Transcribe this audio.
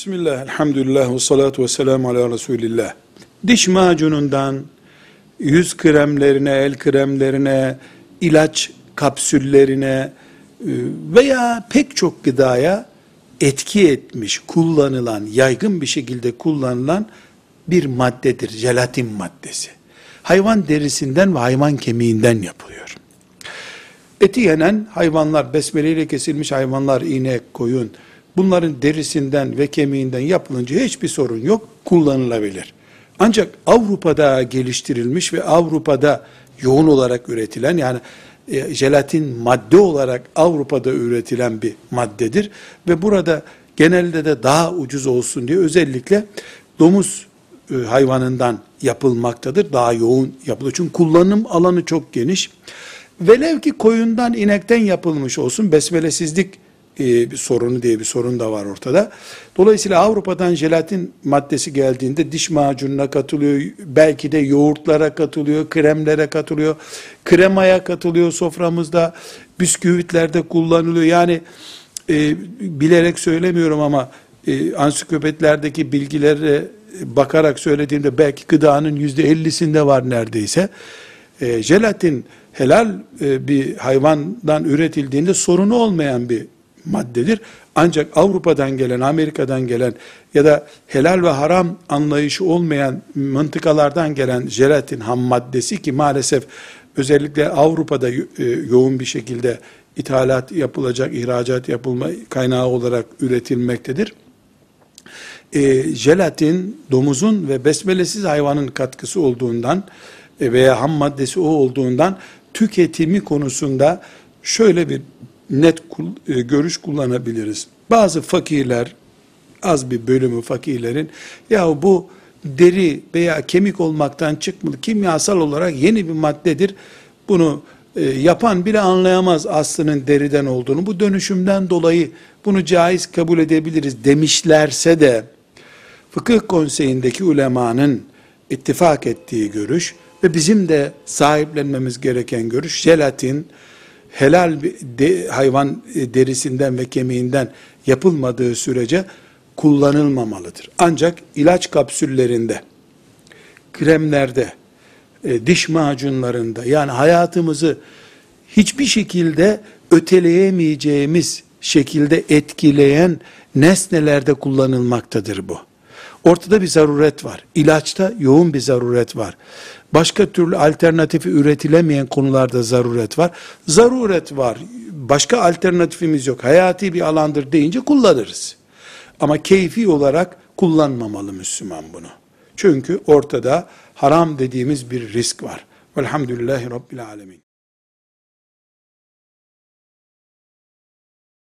Bismillah, elhamdülillah, ve salatu ve selamu ala Resulillah. Diş macunundan, yüz kremlerine, el kremlerine, ilaç kapsüllerine veya pek çok gıdaya etki etmiş, kullanılan, yaygın bir şekilde kullanılan bir maddedir, jelatin maddesi. Hayvan derisinden ve hayvan kemiğinden yapılıyor. Eti yenen hayvanlar, besmeleyle kesilmiş hayvanlar, inek, koyun, bunların derisinden ve kemiğinden yapılınca hiçbir sorun yok, kullanılabilir. Ancak Avrupa'da geliştirilmiş ve Avrupa'da yoğun olarak üretilen, yani jelatin madde olarak Avrupa'da üretilen bir maddedir. Ve burada genelde de daha ucuz olsun diye özellikle domuz hayvanından yapılmaktadır. Daha yoğun yapılıyor. Çünkü kullanım alanı çok geniş. Velev ki koyundan, inekten yapılmış olsun, besmelesizlik bir sorunu diye bir sorun da var ortada. Dolayısıyla Avrupa'dan jelatin maddesi geldiğinde diş macununa katılıyor, belki de yoğurtlara katılıyor, kremlere katılıyor, kremaya katılıyor soframızda, bisküvitlerde kullanılıyor. Yani bilerek söylemiyorum ama ansiklopedilerdeki bilgilere bakarak söylediğimde belki gıdanın %50'sinde var neredeyse. Jelatin helal bir hayvandan üretildiğinde sorunu olmayan bir maddedir. Ancak Avrupa'dan gelen, Amerika'dan gelen ya da helal ve haram anlayışı olmayan mıntıkalardan gelen jelatin ham maddesi, ki maalesef özellikle Avrupa'da yoğun bir şekilde ithalat yapılacak, ihracat yapılma kaynağı olarak üretilmektedir. Jelatin domuzun ve besmelesiz hayvanın katkısı olduğundan veya ham maddesi o olduğundan tüketimi konusunda şöyle bir net görüş kullanabiliriz. Bazı fakirler, az bir bölümü fakirlerin, ya bu deri veya kemik olmaktan çıkmalı, kimyasal olarak yeni bir maddedir, bunu yapan bile anlayamaz aslının deriden olduğunu, bu dönüşümden dolayı bunu caiz kabul edebiliriz demişlerse de, Fıkıh Konseyi'ndeki ulemanın ittifak ettiği görüş ve bizim de sahiplenmemiz gereken görüş, jelatin helal bir hayvan derisinden ve kemiğinden yapılmadığı sürece kullanılmamalıdır. Ancak ilaç kapsüllerinde, kremlerde, diş macunlarında, yani hayatımızı hiçbir şekilde öteleyemeyeceğimiz şekilde etkileyen nesnelerde kullanılmaktadır bu. Ortada bir zaruret var. İlaçta yoğun bir zaruret var. Başka türlü alternatifi üretilemeyen konularda zaruret var. Zaruret var. Başka alternatifimiz yok. Hayati bir alandır deyince kullanırız. Ama keyfi olarak kullanmamalı Müslüman bunu. Çünkü ortada haram dediğimiz bir risk var. Velhamdülillahi Rabbil Alemin.